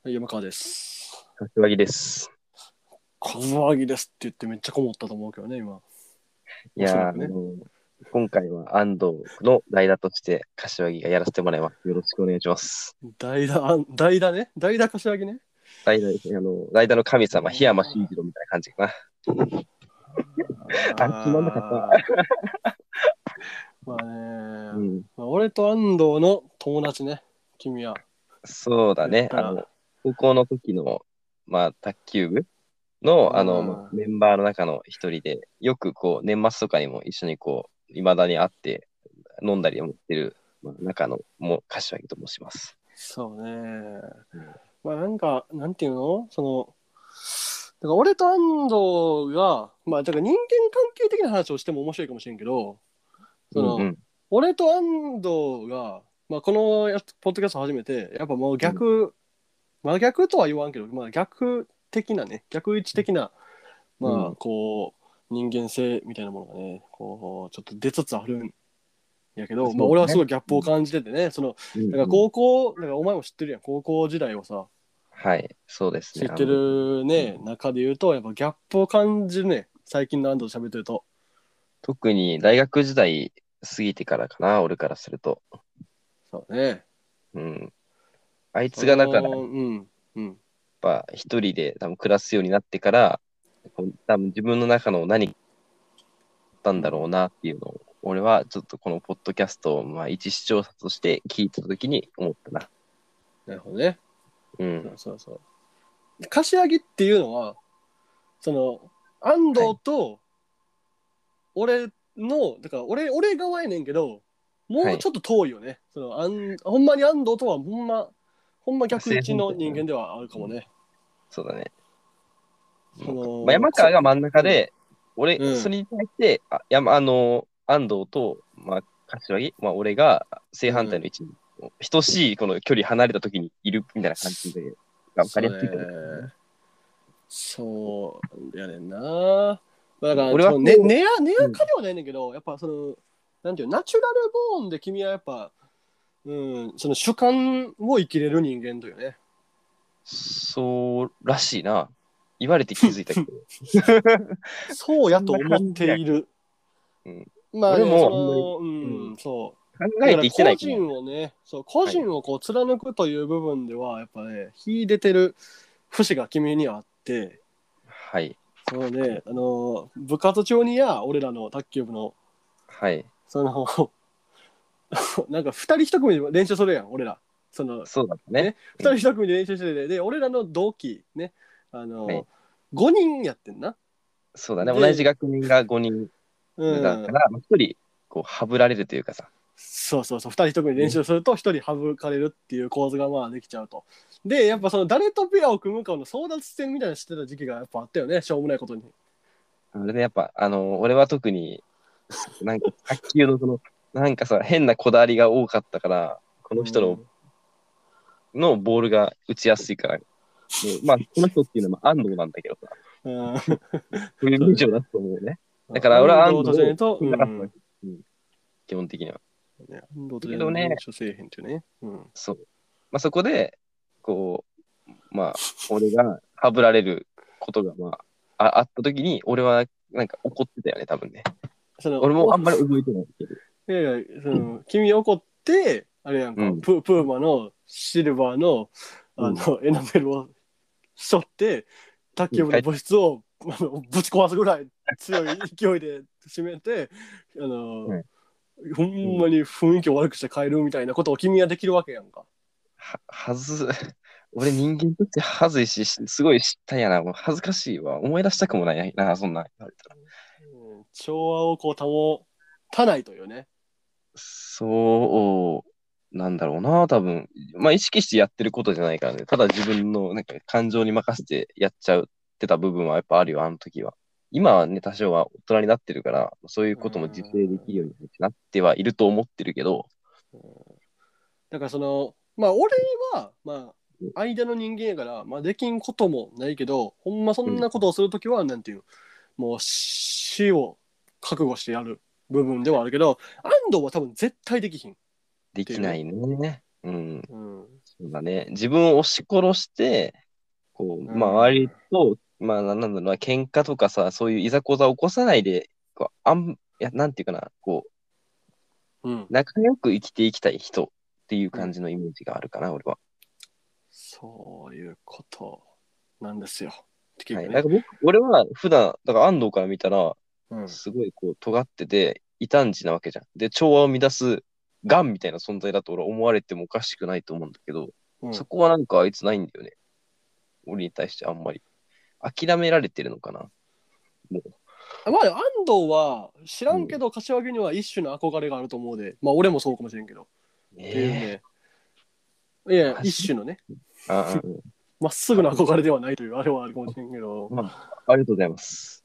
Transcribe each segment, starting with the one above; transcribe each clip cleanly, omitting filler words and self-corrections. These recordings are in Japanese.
山川です。 柏木です。 柏木ですって言ってめっちゃこもったと思うけどね、今。 いやー、 おそらくね。 今回は安藤の代打として柏木がやらせてもらいます。よろしくお願いします。 代打ね。代打柏木ね。 代打ですね。代打の神様、檜山慎あ二郎みたいな感じかな。あれ、決まんなかった。 あ、まあね、 うん。 俺と安藤の友達ね、君は。 そうだね。 やったら。 高校の時の、卓球部の、 あメンバーの中の一人で、よく年末とかにも一緒に未だに会って、飲んだりもってる、中の、柏木と申します。 そうね。 うん。 なんか、なんていうのだから俺と安藤が、だから人間関係的な話をしても面白いかもしれんけど、その、 うんうん。 俺と安藤が、このポッドキャスト初めて、やっぱもううん。 真逆とは言わんけど、逆的なね、逆位置的な、 うん。 人間性みたいなものがね、ちょっと出つつあるんやけど、 そうだね。 俺はすごいギャッうん。 プを感じててね、だからうんうん。 だからお前も知ってるやん、高校時代をさ、 はい、そうですね。 知ってるね、 うん。 中で言うと、やっぱギャップを感じるね、最近の安藤と喋ってると。 特に大学時代過ぎてからかな、俺からすると。 そうね。 うん。あいつがだから、やっうん。 ぱ一人で多分暮らすようになってから、多分自分の中の何があったんだろうなっていうのを、俺はちょっとこのポッドキャストを、一視聴者として聞いたときに思ったな。 なるほどね。そううん。 そうそう。柏木っていうのは、安はい。 藤と俺だから俺側やねんけど、もはい。 うちょっと遠いよね。ほんまに安藤とはほんま逆位正置の反対だな。 人間ではあるかうん。 もね。 そうだね。 その、 山川が真ん中うん、 で、俺、 うん、 それに対して、安藤と、柏木、俺が正反対うん。 の位置に、等しいこの距離離れた時にいるみたいな感じで、わかりそうやすいかもしれないね。 ね。そうやねんな。だから、 俺はネアうん、 カではないねんけど、やっぱなんていう、ナチュラルボーンで君はやっぱ、その主観を生きれる人間というね。 そうらしいな。言われて気づいたけど。 そうそんなやと思っ感じや。 ている。 うん。 まあね、 俺もあんまり、うん、 そう。 考えてだから生きてないから。 個はい。 人をこう貫くという部分では、やっぱね、秀でてる節が君にはあって、 はい。 そうね、部活中に俺らの卓球部の、 はい。 その、なんか二人一組で練習するやん、俺ら。 そうだったね。 ね、 うん。 二人一組で練習してて、で、俺らの同期、ね、あはい。 の、5人やってんな。 そうだね。同じで、 学年が5人うん、 だから、一人、はぶられるというかさ。 そう、二人一組で練ね。 習すると一人省かれるっていう構図がまあできちゃうと。で、やっぱ誰とペアを組むかの争奪戦みたいなのしてた時期がやっぱあったよね、しょうもないことに。 あれね、やっぱ、俺は特に、なんか、卓球のなんかさ、変なこだわりが多かったから、この人の、 うん。 ボールが打ちやすいから、もう、この人っていうのは安藤なんだけどさ、 うん、 そういうイそうね。 メージを出すと思うね。だから俺は安安藤藤をとじゃないと、 流すわけ。うん、基本的には。 ね、安藤とじゃないだけどね、 と練習せえへんっていうね。うん。 そう。そこで、俺がはぶられることが、あったときに、俺は、なんか怒ってたよね、多分ね。 その、 俺もあんまり動いてないけど。 いやいや、君怒って、あれやんか、 うん。 プーマのシルバーの、 うん。 エナメルを背負って、卓球部の帰っ部室をぶち壊すぐらい強い勢いで締めて、あの、 はい。 ほうん。 んまに雰囲気を悪くして帰るみたいなことを君はできるわけやんか。 はず、俺人間としてはずいし、すごい知ったんやな。もう恥ずかしいわ。思い出したくもないな、そんなん言われたら。 調和をこう保たないというね。 そうなんだろうな、多分。意識してやってることじゃないからね。ただ自分のなんか感情に任せてやっちゃってた部分はやっぱあるよ、あの時は。今はね、多少は大人になってるから、そういううことも自制でん。 きるようになってはいると思ってるけど、 だから俺は、相手の人間やから、できんこともないけど、ほんまそうん。 んなことをするときは、なんていう、もう死を覚悟してやる部分ではあるけど、安藤は多分絶対できひんっていうね。 できないね。うん。 うん。 そうだね。自分を押し殺して、こう、まあ、周りと、まあ、なんだろうな、喧嘩とかさ、そういういざこざを起こさないで、こう、いや、なんていうかな、こうん。 う、仲良く生きていきたい人っていううん。 感じのイメージがあるかな、俺は。 そういうことなんですよ。結はい。 局ね。 俺は普段、だから安藤から見たら、 うん。 すごいこう、尖ってて、異端児なわけじゃん。で、調和を乱す、ガンみたいな存在だと俺は思われてもおかしくないと思うんだけど、 うん。 そこはなんかあいつないんだよね。俺に対してあんまり。諦められてるのかな。もまあ、安藤は知らう。 んけど、柏木には一種の憧れがあると思うで、まあ、俺もそうかもしれんけど。っていうええね、いや、 マジ一種のね、 ああ、 まっすぐな憧れではないというあれはあるかもしれんけど、っまあ、ありがとうございます。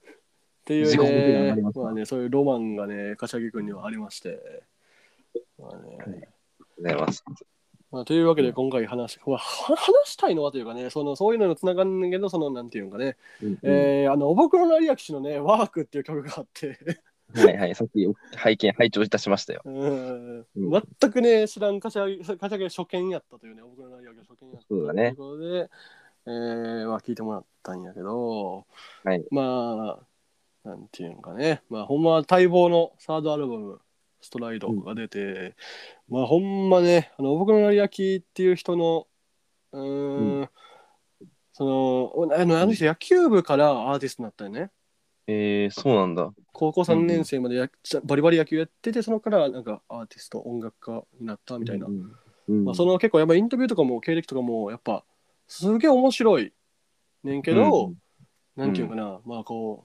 ていう自己肯定感上がね、 りました。 まあね、そういうロマンがね、柏木君にはありまして、まあはい、ありね、 がとうございます。 まあ、というわけでうん今回話したいのはというかね、そういうのにつながるんだけど、なんていうのかね、 うんうんおぼくろの有明氏のね、ワークっていう曲があって、 はいはい、さっき拝聴いたしましたよ。うん、 全くね、知らん柏木初見やったというね、おぼくろの有明初見やったというそうだね。 ことで、まあ聞いてもらったんやけど、 はい。 まあ、なんていうのかね、まあほんま待望のサードアルバム、ストライドうん、 が出て、まあほんまね、僕の成明っていう人の、ううん、 ーん、あの人うん。 野球部からアーティストになったよね。 そうなんだ。 高校3 うんうん。 年生までバリバリ野球やってて、そのからなんかアーティスト、音楽家になったみたいな。 うんうん。うまあん。 結構やっぱインタビューとかも経歴とかもやっぱすげえ面白いねんけうんど、なんていううん。 のかな、まあ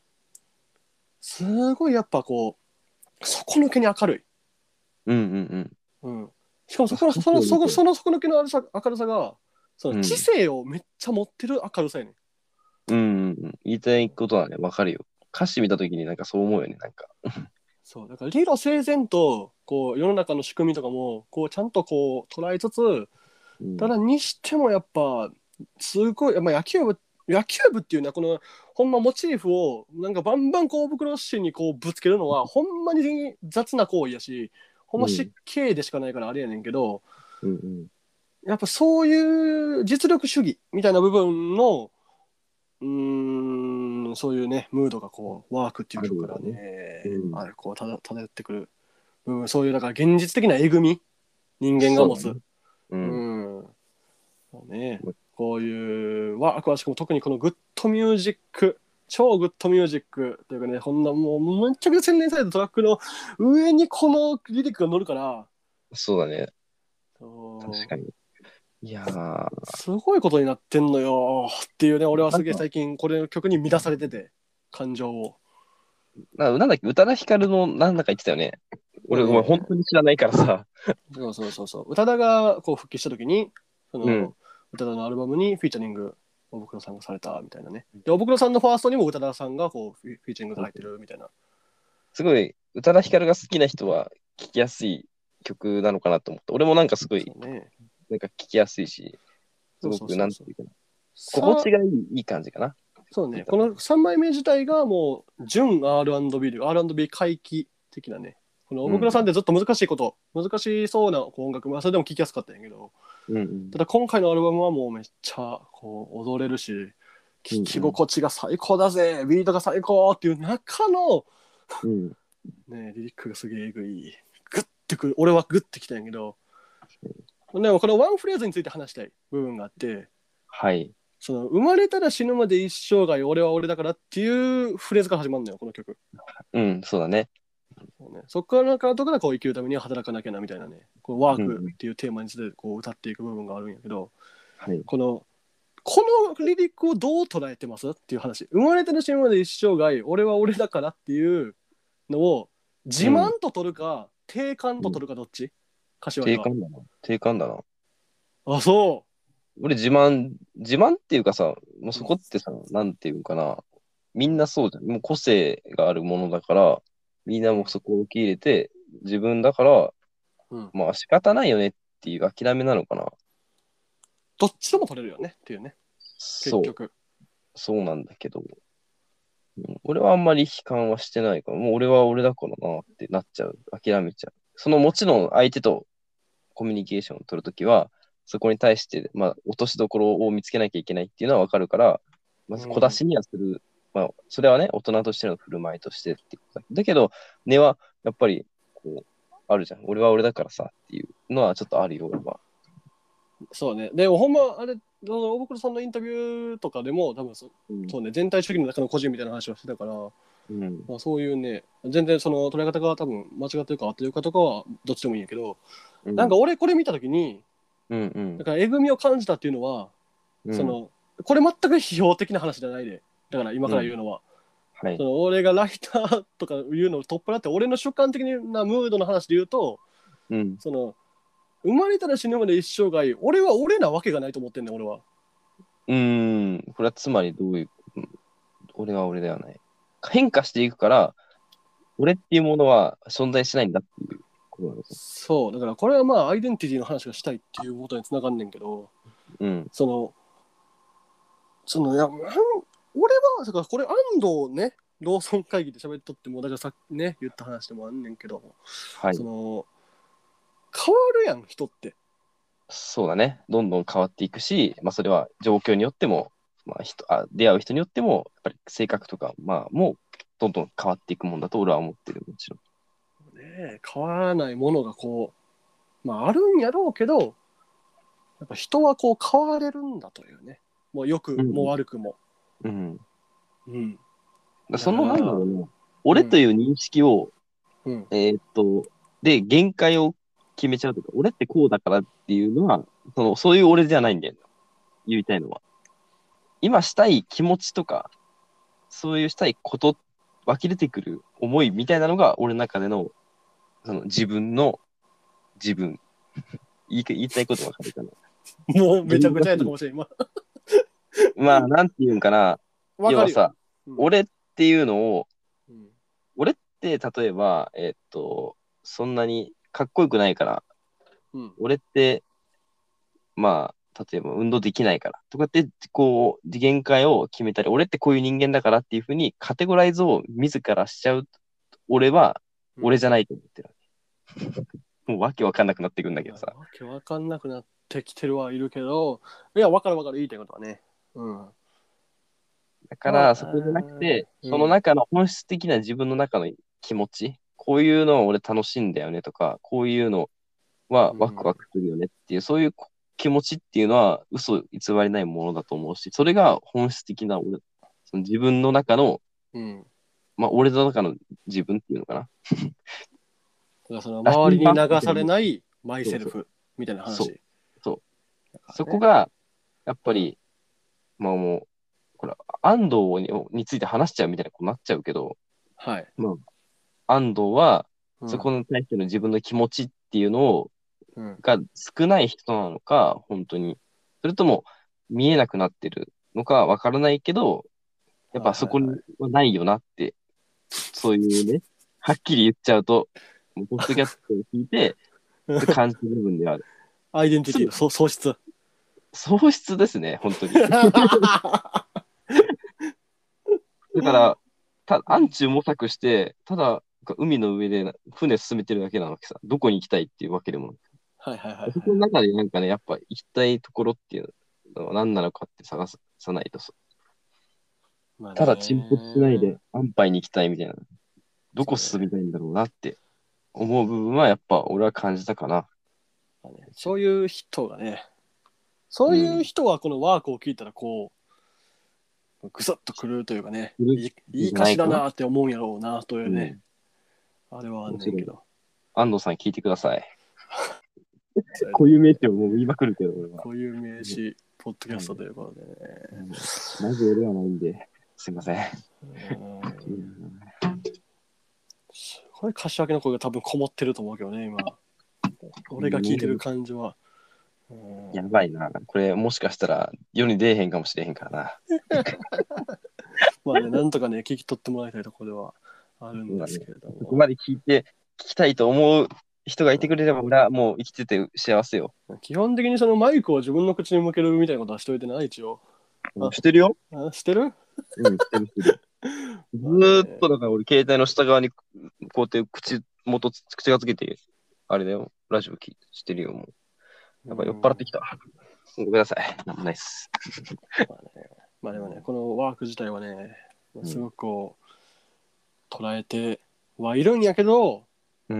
すごいやっぱ底抜けに明るい。 うんうんうん。 うん。しかもそこの、 そこそうですよ。 その底抜けの明るさが、その知うん。 性をめっちゃ持ってる明るさやねん。 うんうんうん。言いたいことはね、わかるよ。歌詞見たときになんかそう思うよね、なんか。 そう、だから理路整然と、世の中の仕組みとかも、ちゃんと捉えつつ、 うん。 ただにしてもやっぱ、すごい、まあ、野球部っていうのは、ほんまモチーフを、なんかバンバン大袋紙にぶつけるのは、ほんまに雑な行為やし、ほんま失うん。 敬でしかないからあれやねんけど、 うんうん。 やっぱそういう実力主義みたいな部分の、そういうね、ムードがワークっていうある曲からよね。うね、 ん。 漂ってくる部分、そういう、だから現実的なえぐみ、人間が持つ。 そうだね。ううん。 ん。そうね、こういうワークは、しかも特にこのグッドミュージック、超グッドミュージックというかね、こんなもうめっちゃくちゃ洗練されたトラックの上にこのリリックが乗るから、 そうだね。確そうかに。いやー、 すごいことになってんのよっていうね、俺はすげえなんか、 最近これの曲に乱されてて、感情を。 なんだっけ、宇多田ヒカルのなんだか言ってたよね。俺、お前本当に知らないからさ。 そう。宇多田が復帰した時に、 うん。 宇多田のアルバムにフィーチャリング、大袋さんがされたみたいなね。で、大袋さんのファーストにも宇多田さんがフィーチャリングで入ってるみたいな。 すごい、宇多田ヒカルが好きな人は聴きやすい曲なのかなと思って。俺もなんかすごい、 そうね。 なんか聴きやすいし、すそうごく、 そうそうそう。 なんていうかな。心さ地がいい感じかな。 そうね。 聞いたら。 この3枚目自体がもう、純 R&B で、R&B 回帰的なね。この大袋さんっうん。 てずっと難しいこと、難しそうな音楽、まあそれでも聴きやすかったんやけど、 うんうん。 ただ今回のアルバムはもうめっちゃ踊れるし、聴きうんうん。 心地が最高だぜ、ビートが最高っていう中の、 うん。 ね、リリックがすげええぐい。グッてくる。俺はグッてきたんやけど、でもこのワンフレーズについて話したい部分があって、 はい。 生まれたら死ぬまで一生涯俺は俺だからっていうフレーズから始まるのよ、この曲。 うん、そうだね。 そうね、そこからとか生きるためには働かなきゃなみたいなね、このワーうんうん。 クっていうテーマについて歌っていく部分があるんやけど、 はい。 このリリックをどう捉えてますっていう話。生まれたら死ぬまで一生涯俺は俺だからっていうのを自うん。 慢と取るか定感うん。 と取るかどっち？柏木は。 定感だな。定感だな。 あ、そ俺自慢っていうかさ、もうそこってさ、なんていうかな。みんなそうじゃん。もう個性があるものだから、みんなもそこを受け入れて、自分だから、 う。うん。 まあ仕方ないよねっていう諦めなのかな。 どっちでも取れるよねっていうね。結そう、 局。 そうなんだけど、俺はあんまり悲観はしてないから、もう俺は俺だからなってなっちゃう。諦めちゃう。もちろん相手とコミュニケーションを取るときは、 そこに対して、まあ、落としどころを見つけなきゃいけないっていうのはわかるから、まず小出しにはする。まあ、それはね、大人としての振る舞いとしてっていうことだ。だけど、根はやっぱり、こう、あるじゃん。俺は俺だからさっていうのはちょっとあるよ、俺は。 そうね。でもほんま、あれ、大袋さんのインタビューとかでも、多分そうね、全体主義の中の個人みたいな話をしてたから、まあ、そういうね、全然その捉え方が多分間違ってるか合ってるかとかはどっちでもいいんやけど、なんか俺これ見たときに、だからえぐみを感じたっていうのは、その、これ全く批評的な話じゃないで。だから今から言うのは。その俺がライターとか言うのを取っ払って、俺の主観的なムードの話で言うと、その、生まれたら死ぬまで一生涯、俺は俺なわけがないと思ってんねん、俺は。 これはつまりどういう、俺は俺ではない。変化していくから、俺っていうものは存在しないんだっていうことなんです。 そう、だからこれはまあアイデンティティの話がしたいっていうことにつながんねんけど、そのいや、俺は、だからこれ安藤ね、ローソン会議で喋っとっても、だからさっきね、言った話でもあんねんけど、その、変わるやん、人って。 そうだね。どんどん変わっていくし、まあそれは状況によっても、まあ出会う人によっても、やっぱり性格とか、まあもうどんどん変わっていくもんだと俺は思ってる、もちろん。 ね、変わらないものがこう、まああるんやろうけど、やっぱ人はこう変われるんだというね。もう良くも悪くも。 そのなんだろうな、俺という認識を、で、限界を決めちゃうとか、俺ってこうだからっていうのは、そういう俺じゃないんだよ。言いたいのは。今したい気持ちとか、そういうしたいこと、湧き出てくる思いみたいなのが、俺の中での、その自分の自分。言いたいことわかるかな。 もうめちゃくちゃやったかもしれん、今。 まあ、なんていうんかな。要はさ、俺っていうのを、俺って例えば、そんなにかっこよくないから、俺って、まあ、例えば運動できないからとかって、こう、限界を決めたり、俺ってこういう人間だからっていうふうにカテゴライズを自らしちゃう、俺は、俺じゃないと思ってる。もうわけわかんなくなってくんだけどさ。 わけわかんなくなってきてるはいるけど、いや、わかるわかる、言いたいことはね。 だから、そこじゃなくて、その中の本質的な自分の中の気持ち、こういうのを俺楽しいんだよねとか、こういうのはワクワクするよねっていう、そういう気持ちっていうのは嘘偽りないものだと思うし、それが本質的な俺、その自分の中の、まあ俺の中の自分っていうのかな。 だからその周りに流されないマイセルフみたいな話。 そう。そこが、やっぱり、まあもう、これ、安藤について話しちゃうみたいなことになっちゃうけど、まあ、安藤は、そこに対しての自分の気持ちっていうのを、が少ない人なのか、本当に。それとも、見えなくなってるのかわからないけど、やっぱそこにはないよなって、そういうね、はっきり言っちゃうと、ポッドキャストを聞いて、感じる部分である。 アイデンティティの喪失。 喪失ですね、本当に。だから、暗中模索して、ただ、海の上で船進めてるだけなわけさ。どこに行きたいっていうわけでも。そこの中でなんかね、やっぱ行きたいところっていうのは何なのかって探さないとただ沈没しないで安牌に行きたいみたいな。どこ進みたいんだろうなって思う部分はやっぱ俺は感じたかな。 そういう人がね、そういう人はこのワークを聞いたらこう、ぐさっとくるというかね、いい歌詞だなって思うんやろうなというね、あれはあんねんけど。 安藤さん聞いてください。固有名詞をもう言いまくるけど、俺は。 固有名詞、ポッドキャストということでね。 マジ俺はないんで、すいません。 すごい柏木の声が多分こもってると思うけどね、今。俺が聞いてる感じは。 やばいな。これもしかしたら世に出えへんかもしれへんからな。 まあね、なんとかね、聞き取ってもらいたいところではあるんですけれども。 そこまで聞きたいと思う人がいてくれれば、俺はもう生きてて幸せよ。 基本的にそのマイクを自分の口に向けるみたいなことはしといてない、一応。 してるよ。 してる？ してる。ずーっとだから俺、携帯の下側にこうやって口がつけて、あれだよ、ラジオしてるよ、もう。 やっぱ酔っ払ってきた。ごめんなさい。なんもないっす。 まあでもね、このワーク自体はね、すごくこう、捉えてはいるんやけど、 うん。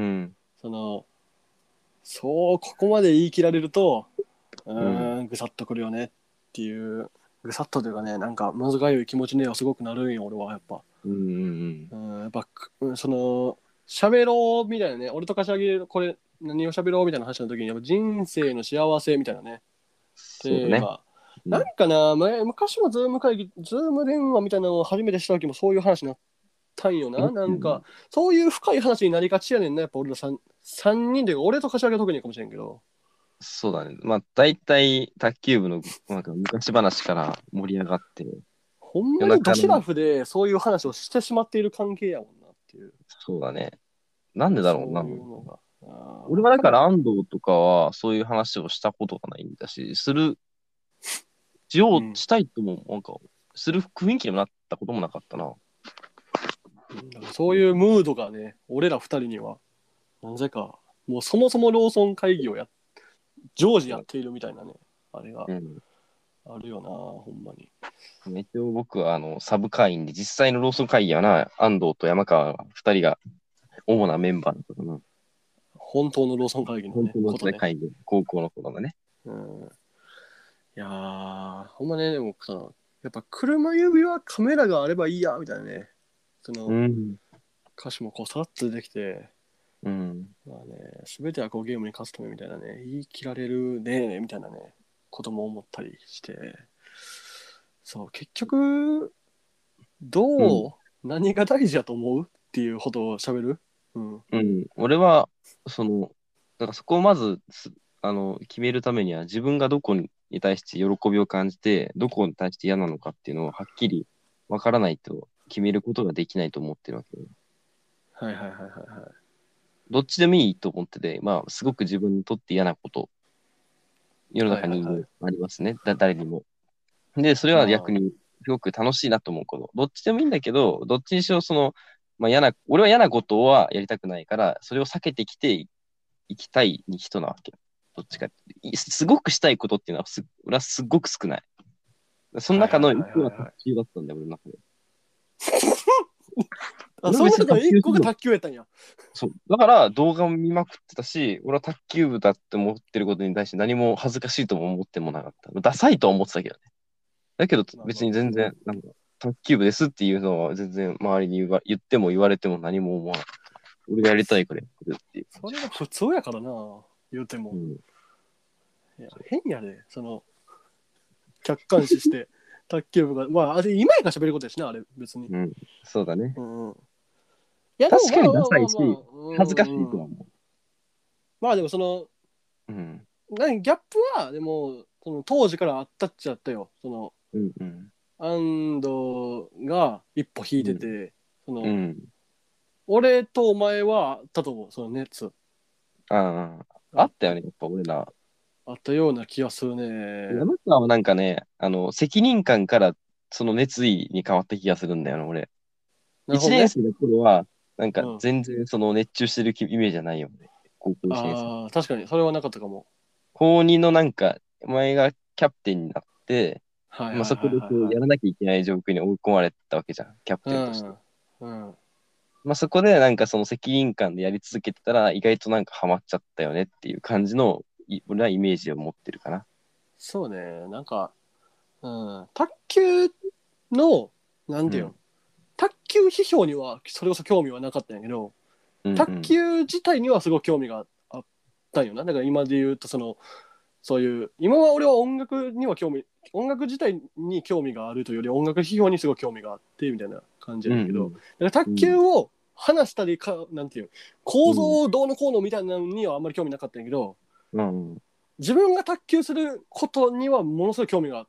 そう、ここまで言い切られると、 うん。 ぐさっとくるよねっていう、ぐさっとというかね、なんか、むずがゆい気持ちにはすごくなるんよ、俺は、やっぱ。 うんやっぱ、喋ろうみたいなね、俺と柏木、これ、何を喋ろうみたいな話の時に、やっぱ人生の幸せみたいなね、 そうだね。 テーマ。なんうん。 かな、昔もズーム会議、ズーム電話みたいなのを初めてした時もそういう話になったんよな。なんか、そういう深い話になりがちやねんな、やっぱ俺ら三人で、俺と柏木は特にかもしれんけど。 そうだね。まあ、大体、卓球部のなんか昔話から盛り上がって、 ほんまにド夜中の、 シラフでそういう話をしてしまっている関係やもんなっていう。 そうだね。なんでだろうな。 そういうのが。 俺わからん。 はだから安藤とかはそういう話をしたことがないんだし、しようん。 うしたいとも、なんか、する雰囲気にもなったこともなかったな。 だからそういうムードがね、俺ら二人には、なぜか、もうそもそもローソン会議を常時やっているみたいなね、あれがうん。 あるよな、ほんまに。 一応僕はサブ会員で、実際のローソン会議はな、安藤と山川二人が主なメンバーだったかな。 本当のローソン会議のね、 本当のことね。 会議、高校の頃のね。 うん。いやー、ほんまね、でもやっぱ車指輪カメラがあればいいや、みたいなね、 うん。 歌詞もこうさらっと出てきて、 うん。 まあね、すべてはこうゲームに勝つためみたいなね、言い切られるね、みたいなね、ことも思ったりして、そう、結局、 うん。 どう、何が大事だと思うっていうことを喋る。うん。 うん。俺は、だからそこをまず決めるためには、自分がどこに対して喜びを感じて、どこに対して嫌なのかっていうのをはっきりわからないと決めることができないと思ってるわけよ。 はいはいはいはいはい。 どっちでもいいと思ってて、まあ、すごく自分にとって嫌なこと、世の中にはいはいはい。 ありますね。誰にも。で、それは逆まにすごく楽しいなと思うこと。どっちでもいいんだけど、どっちにしろまあ、俺は嫌なことはやりたくないから、それを避けてきていきたい人なわけ。どっちかって。すごくしたいことっていうのは俺はすっごく少ない。そのはいはい中の一個が卓はいはいはい。 球だったんだよ、俺の中で。 あ、 俺は別にその中の卓球するの。 一個が卓球やったんや。 そう。だから動画を見まくってたし、俺は卓球部だって思ってることに対して何も恥ずかしいとも思ってもなかった。ダサいとは思ってたけどね。だけどまあまあまあ。 別に全然、なんか、卓球部ですっていうのは全然周りに言っても言われても何も思わない。俺がやりたいからやってるっていう感じ。 それが普通やからな、言うても。 うん。 いや、変やで、客観視して、卓球部が、まあ、あれ、今やから喋ることやしな、あれ、別に。 うん。そうだね。 うんうん。いや、でもまあ確かにダまあまあまあ、 サいし、 う恥ずかしいんうん。 とは思まあでもう。うん。 ギャップは、でも、当時からあったっちゃったよ。 うんうん。 安藤が一歩引いうん。 てて、 うん。 俺とお前はあったと思う、その熱。 ああ、ああ、 ったよね、やっぱ俺ら。 あったような気がするね。 山川はなんかね、責任感からその熱意に変わった気がするんだよな、俺。一なるほどね。 年生の頃は、なんかうん。 全然その熱中してるイメージじゃないよね。高校一年生。 ああ、確かに、それはなかったかも。 高2のなんか、お前がキャプテンになって、まあ、 はいはいはいそこでこうはいはい。 やらなきゃいけない状況に追い込まれたわけじゃん、キャプうテンとして。 ん。うん。 まあ、そこでなんかその責任感でやり続けてたら、意外となんかハマっちゃったよねっていう感じの、俺はイメージを持ってるかな。 そうね、卓球の、なんていうの、 うん。 卓球批評にはそれこそ興味はなかったんやけど、卓うんうん。 球自体にはすごい興味があったんよな。だから今で言うとそういう今は俺は音楽自体に興味があるというより音楽批評にすごい興味があってみたいな感じやうんねんけど、 うん。 だから卓球うん。 を話したりなんていう構造うん。 をどうのこうのみたいなのにはあんまり興味なかったんやけど、 うん。 自分が卓球することにはものすごい興味があって、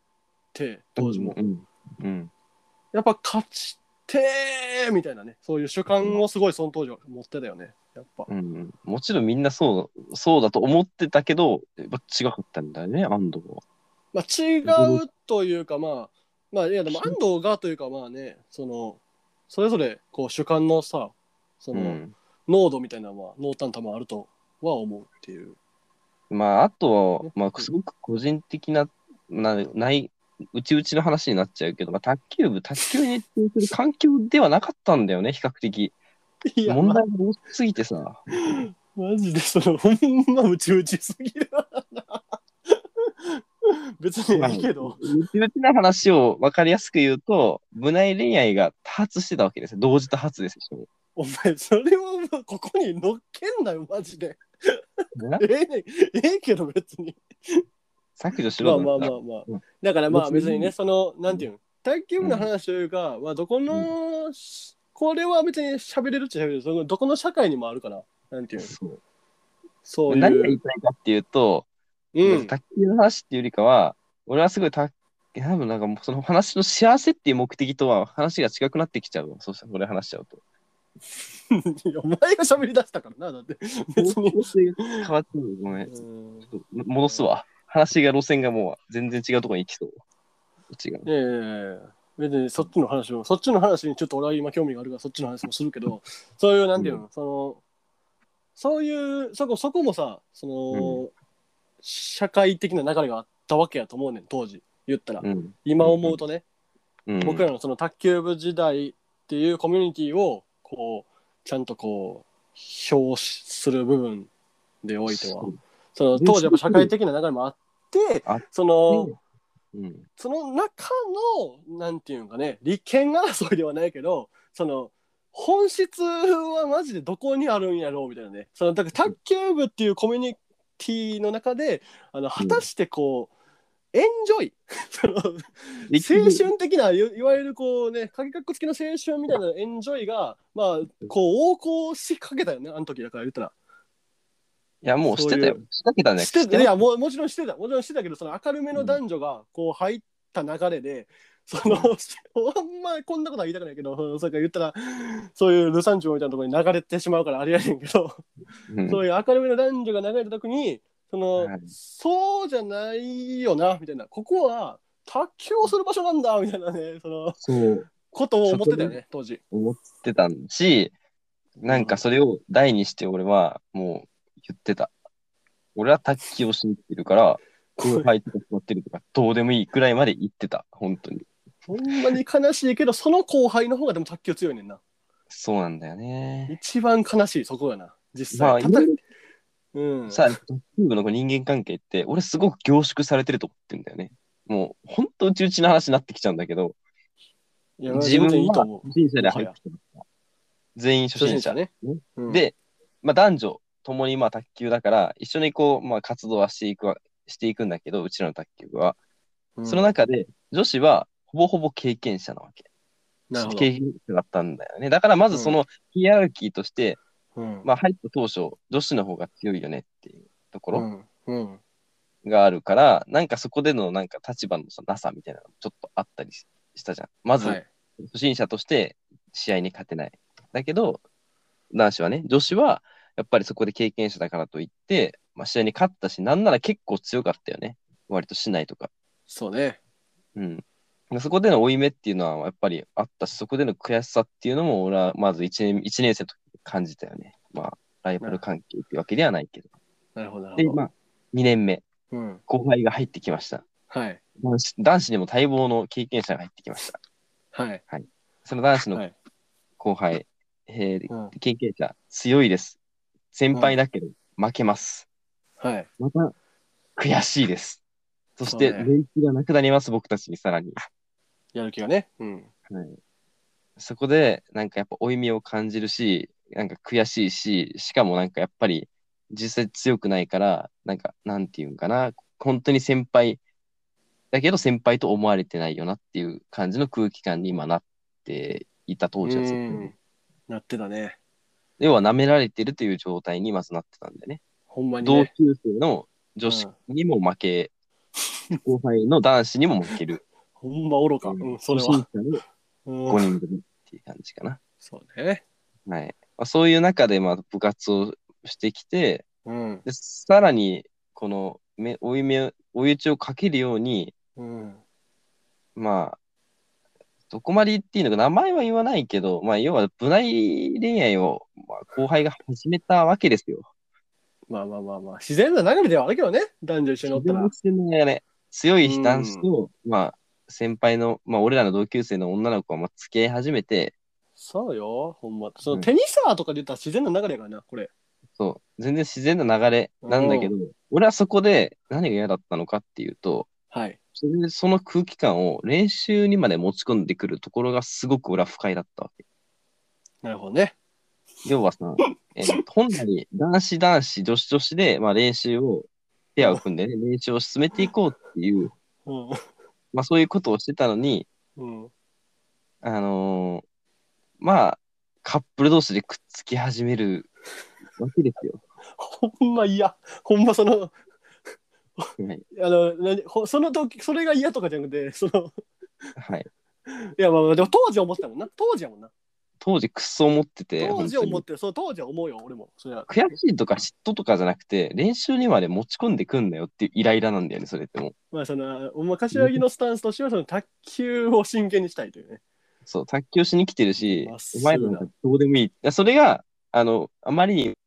うん。 当時もうん。うん。 やっぱ勝ちてーみたいなね、そういう主観をすごいその当時は持ってたよね、やっぱ。 うん。もちろんみんなそうだと思ってたけど、やっぱ違かったんだよね、安藤は。 まあ、違驚うというか、いや、でも安き。 藤がというか、それぞれこう主観のさ、そのうん。 濃度みたいなのは濃淡多もあるとは思うっていう。 まあ、あと、まあ、すごく個人的な、うちうちの話になっちゃうけど、まあ、卓球に熱中する環境ではなかったんだよね、比較的。 いや、 問題が多すぎてさ、本当に。 マジでほんまうちうちすぎるわな。別にまあ、 ええけど。 うちうちの話を分かりやすく言うと、部内恋愛が多発してたわけですよ。同時多発ですよ。 お前、それはもうここに乗っけんなよ、マジで。 ねええねええけど別に。 削除しまあろなんだ。 まあまあまあ。 うん、 だからまあ別にね、 別に、 なんていうの、卓球部の話というか、まあどこうん、 の、これは別に喋れるっちゃ喋れる。どこの社会にもあるから、なんていうの、 そう。 そう何がいう、 言いたいかっていうと、なんかうん。 卓球の話っていうよりかは、俺はすごい多分なんかもうその話の幸せっていう目的とは話が違くなってきちゃうわ。そうしたらこれ話しちゃうと。 お前が喋り出したからな、だって。別に。 方向性が変わってる。ごめん。ちょっと戻すわ。話が路線がもう全然違うところに行きそう。違う。 いやいやいや別にそっちの話も、そっちの話にちょっと俺は今興味があるからそっちの話もするけど、そういうなんていうの、そういう、そこもさ、 うん。 社会的な流れがあったわけやと思うねん、当時。言ったら。 うん。 今思うとね、 うん。 僕らのその卓球部時代っていうコミュニティを、こう、ちゃんとこう、表する部分でおいては、 そう。 そので、 当時やっぱ社会すごく的な流れもあって、 あって、 その、 うん。 その中の、なんていうのかね、利権争いではないけど、本質はマジでどこにあるんやろうみたいなね。だから卓球部っていうコミュニティの中で、果たしてこう、エンジョイ青できる。 春的ないわゆるこうね、鍵かっこつきの青春みたいなエンジョイが、まあ、こう、横行しかけたよね、あの時だから言ったら。 いや、もうしてたよ。 そういう、 仕掛けたんじゃなくて、していやました。 もちろんしてた、もちろんしてたけど、その明るめのうん。 男女がこう入った流れで、 うん。 あんまこんなことは言いたくないけど、それから言ったら、そういうルサンチュみたいなところに流れてしまうからあれやねんけど、 うん。 そういう明るめの男女が流れた時に、 はい。 そうじゃないよな、みたいな、ここは卓球をする場所なんだ、みたいなね、 そう。 ことをそこで思ってたよね、当時。 思ってたし、なんかうん。 それを大にして俺はもう言ってた。俺は卓球をしに来てるから、後これ、 輩とか座ってるとかどうでもいいくらいまで言ってた。本当に。 ほんまに悲しいけど、その後輩の方がでも卓球強いねんな。 そうなんだよね。 一番悲しい、そこやな。実際。 まあ、いろいろうん。 さ、卓球部の人間関係って、俺すごく凝縮されてると思ってんだよね。もう、ほんとうちうちの話になってきちゃうんだけど、 いや、全然自分はいいと思う。 初心者でもはや。 入ってきました。全員初心者。 初心者ね。 ね、 うん。 で、まあ、男女ともにまあ卓球だから、一緒にこう、まあ、活動はしていくんだけど、うちらの卓球部は。そのうん。 中で、女子はほぼほぼ経験者なわけ。 なるほど。 経験者だったんだよね。だからまうん。 ずそのヒエラルキーとして、 うん。 まあ、入った当初、女子の方が強いよねっていうところうん。うん。 があるから、なんかそこでのなんか立場のなさみたいなのちょっとあったりしたじゃん。まず、 はい。 初心者として試合に勝てない。だけど、男子はね、女子はやっぱりそこで経験者だからといって、まあ、試合に勝ったし、なんなら結構強かったよね。割と市内とか。 そうね。 うん。そこでの負い目っていうのはやっぱりあったし、そこでの悔しさっていうのも俺はまず一年生の時に感じたよね。まあ、ライバルな、 関係っていうわけではないけど。 なるほど、なるほで、 ど。 まあ、2年目、 うん。 後輩が入ってきました。 はい。 男子にも待望の経験者が入ってきました。 はい。 はい。その男子のはい。 後輩、 うん。 経験者、強いです。先うん。 輩だけど、負けます。 はい。 また、悔しいです。そして、 そうね。 年季がなくなります、僕たちにさらに。 やる気がね。うん。 はい、そこで、なんかやっぱ負い目を感じるし、なんか悔しいし、しかもなんかやっぱり、実際強くないから、なんか、なんていうんかな、本当に先輩、だけど先輩と思われてないよなっていう感じの空気感に今なっていた当う時はずっと。 ん。なってたね。 要は舐められてるという状態にまずなってたんでね。 ほんまにね。 同級生の女子うん。 にも負け、後輩の男子にも負ける。 ほんま愚か。うん、そ初れは。 心者のうん。 5人組っていう感じかな。 そうね。 はい。まあ、そういう中でまあ部活をしてきて、 うん。 で、さらに、この追い打ちをかけるように、 うん。 まあ、どこまで言っていいのか、名前は言わないけど、まあ、要は部内恋愛を、まあ、後輩が始めたわけですよ。 まあまあまあまあ、自然な流れではあるけどね、男女一緒におったら。 自然な流れ。強い男子と、まあ、先輩の、まあ、俺らの同級生の女の子がまあ付き合い始めて、 そうよ、ほんま。そのうん、 テニサーとかで言ったら自然な流れやからな、これ。 そう、全然自然な流れうなんだけど、 ん。 俺はそこで何が嫌だったのかっていうと、 はい。 その空気感を練習にまで持ち込んでくるところがすごく俺は不快だったわけ。 なるほどね。 要はさ、本来男子、女子女子で、まあ、練習を、ペアをうん。 組んでね、練習を進めていこうっていう、 うん。 まあそういうことをしてたのに、 うん。 あのーまあ、カップル同士でくっつき始めるわけですよ。 ほんま嫌。ほんまその、 はい。 その時、それが嫌とかじゃなくて、その、 はい。 いやまあまあ、でも当時思ってたもんな。当時やもんな。 当時くっそ思ってて、 当本当に。 時思ってる、そう、当時は思うよ、俺も。それは。 悔しいとか嫉妬とかじゃなくて、練習にまで持ち込んでくんなよっていうイライラなんだよね、それってもまあ、その、おま柏木のスタンスとしては、その卓球を真剣にしたいというね。 う。そう、卓球しに来てるし、 まっお前らなんかすぐな。 どうでもいい。いやそれが、あまりに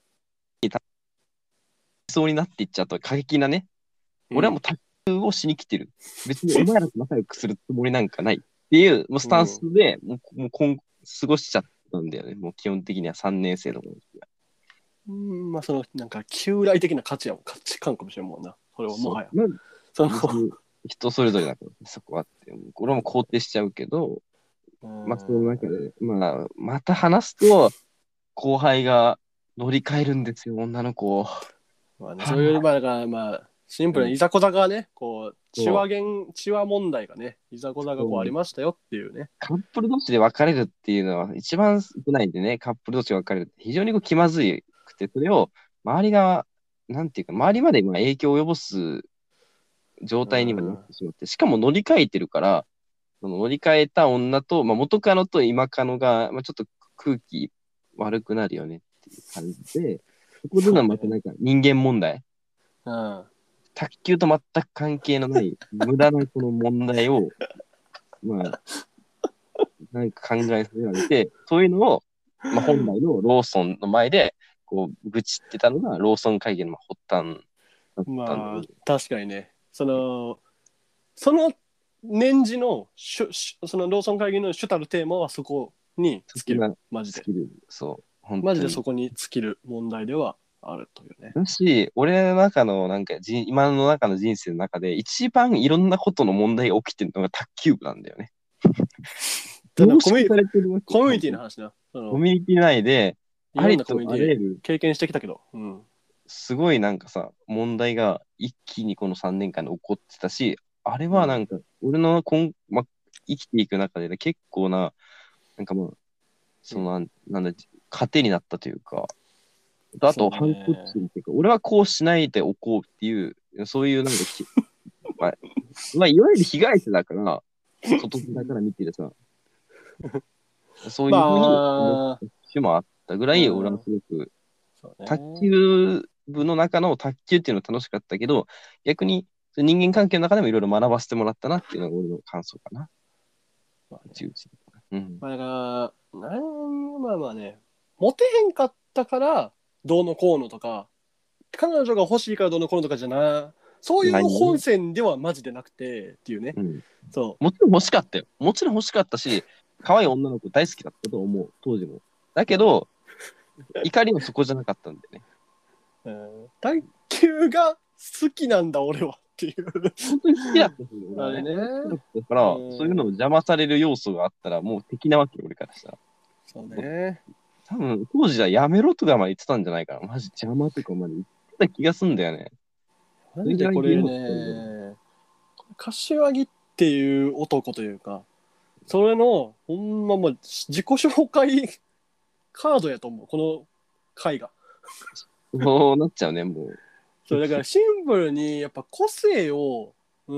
そうになっていっちゃうと過激なね、 うん。 俺はもう卓球をしに来てる。別にお前らと仲良くするつもりなんかないっていう、もうスタンスうん。 で、もう過ごしちゃったんだよね。もう基本的には3年生の頃には。 うん、まあ、その、なんか、旧来的な価値観かもしれんもんな。それはもそう。 はや。 まあ、 その、 別に人それぞれだから、そこはって。俺も肯定しちゃうけど、 うまあ、その中ん。 で、まあ、また話すと、後輩が乗り換えるんですよ、女の子を。はまあね、そういう、 あ、 まあ、だから、まあ、シンプルうん、 にいざこざがね、こう、 そう、 血話問題がね、いざこざがこうありそう、 ましたよっていうね。 カップル同士で別れるっていうのは一番少ないんでね、カップル同士で別れるって非常にこう気まずいくて、それを周りが、なんていうか、周りまでまあ影響を及ぼす状う態にまでなっん。 てしまって、しかも乗り換えてるから、その乗り換えた女と、まあ、元カノと今カノが、まあ、ちょっと空気悪くなるよねっていう感じで、そこでのそうね。 またなんか人間問題、 うん。 卓球と全く関係のない無駄なこの問題を、まあ、なんか考えさせられて、そういうのを、まあ、本来のローソンの前で、こう、愚痴ってたのが、ローソン会議のまあ発端だったんだよまあ、 ね。 確かにね。その年次のそのローソン会議の主たるテーマはそこに尽きる。 そこがマジで。 スキル、そう、本当に。 マジでそこに尽きる問題ではあるというね。 だし、俺の中の、なんか今の中の人生の中で、一番いろんなことの問題が起きてるのが卓球部なんだよね。 ただ凝縮されてるわけ。 コミュニ本当にティの話な。 コミュニティ内で、 いろんありとなコミュニティあらゆる、 経験してきたけど。うん。 すごいなんかさ、問題が一気にこの3年間で起こってたし、あれうん。 はなんか、俺のま、生きていく中で、ね、結構な、なんかまあ、 うん、 なんだ、糧になったというか、あと、 そう反骨ね。 心っていうか、俺はこうしないでおこうっていう、そういうなんかまあ、まあ、いわゆる被害者だから、外面から見てるさ、そういうふうに思っまた節もあったぐらあ、 い、俺はうん。 すごく、 そう卓ね。 球部の中の卓球っていうのは楽しかったけど、逆に人間関係の中でもいろいろ学ばせてもらったなっていうのが俺の感想かな。 まあね。 うちうち。うん。 まあだから、まあまあね、モテへんかったからどうのこうのとか、彼女が欲しいからどうのこうのとかじゃな、そういうないよね。 本線ではマジでなくてっていうね。 うん。 そもちろん欲しかったよ。もちろん欲しかったし、可愛い女の子大好きだったと思う、当時も。だう。まあね。 けど、怒りはそこじゃなかったんだよね。 うん、卓球が好きなんだ俺はっていう。 本当に好きだったし、俺はね。 あれね。 好きだったから、そういうのをうん。 邪魔される要素があったら、もう敵なわけよ、俺からしたら。 そうね。 多分、当時はやめろとかまで言ってたんじゃないかな。マジ邪魔とかまで言ってた気がすんだよね。 マそれぐらいジでこれひどかったんだよね。 ね、柏木っていう男というか、それのほんまもう自己紹介カードやと思う、この回が。 そうなっちゃうね、もう。 そうだからシンプルにやっぱ個性を、うん、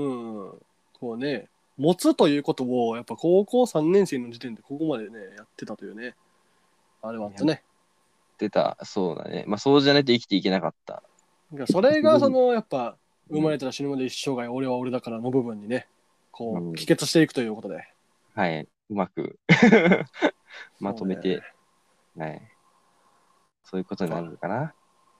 こうね、持つということをやっぱ高校3年生の時点でここまでねやってたというね、あれはあったやっね。 てた。そうだね。まあ、そうじゃないと生きていけなかった。 だからそれがそのやっぱ生うん。 まれたら死ぬまで一生涯俺は俺だからの部分にね、こううん、 帰結していくということで。 はい。うまくまそうね。 とめて、はい。そういうことになるやっぱのかな。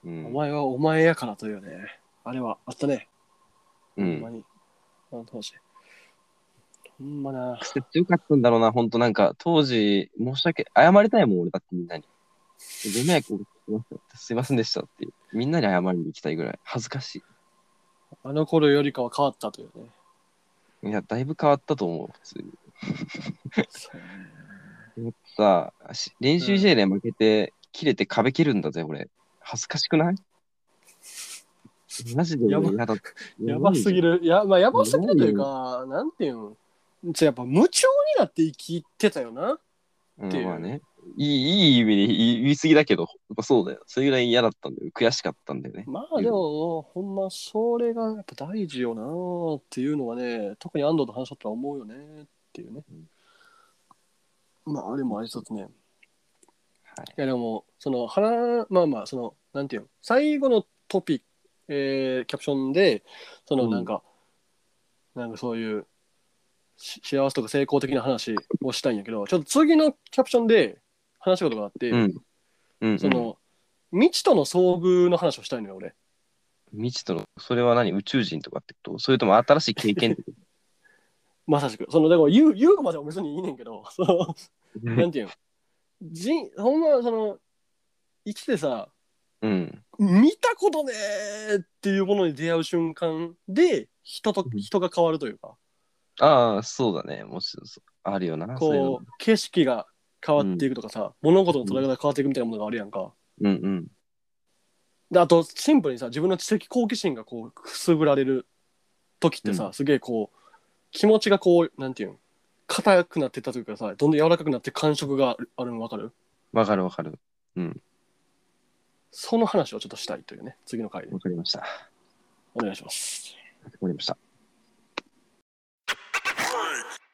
うん。 お前はお前やからというね。あれはあったね。 うん。 ほんまに。あの当時。ほんまな。 癖強かったんだろうな、ほんとなんか、当時、申し訳、謝りたいもん、俺だってみんなに。ご迷惑をおかけしましたって、すいませんでしたっていう。みんなに謝りに行きたいぐらい。恥ずかしあの頃よりかは変わったというね。 い。いや、だいぶ変わったと思う、普通に。 そうね。 やっぱさ、練習試合うで負けて、切れて壁蹴るんだぜ、俺。恥ずかしくない？マジでやば、 俺嫌だ。ややばいよ。 ばすぎる。まあ、やばやすぎるというばいよ。 か、なんていうん。やっぱ夢中になって生きてたよなっうん、 ていう。 まあね。いい意味で言い過ぎだけど、やっぱそうだよ。それぐらい嫌だったんだよ。悔しかったんだよね。 まあでも、ほんまそれがやっぱ大事よなっていうのはね、特に安藤と話しとったら思うよねっていうね。まああれもありつつね。 はい。 いやでも、まあまあ、なんていうの、最後のトピック、キャプションで、そのうん。 なんかそういう幸せとか成功的な話をしたいんやけど、ちょっと次のキャプションで話したことがあって、 うん。うん。うん。 未知との遭遇の話をしたいのよ、俺。 未知との、それは何？宇宙人とかってこと？それとも新しい経験ってこまさしく。だから言うまでは別にいいねんけど、 と？ なんていうの、ほんま、生きてさ、 うん。 見たことねーっていうものに出会う瞬間で、人が変わるというか、 ああ、そうだね。もし、あるよな、そういうの。 景色が変わってうん。 いくとかさ、物事の捉えうん。 方が変わっていくみたいなものがあるやんか。 うん。うん。 で、あと、シンプルにさ、自分の知的好奇心がくすぐられる時ってさ、 うん。 すげえ気持ちがなんていうの、硬くなってったというかさ、どんどん柔らかくなって感触があるの分かる？ わかるわかる。うん。 その話をちょっとしたいというね、次の回で。 わかりました。わお願いします。 かりました。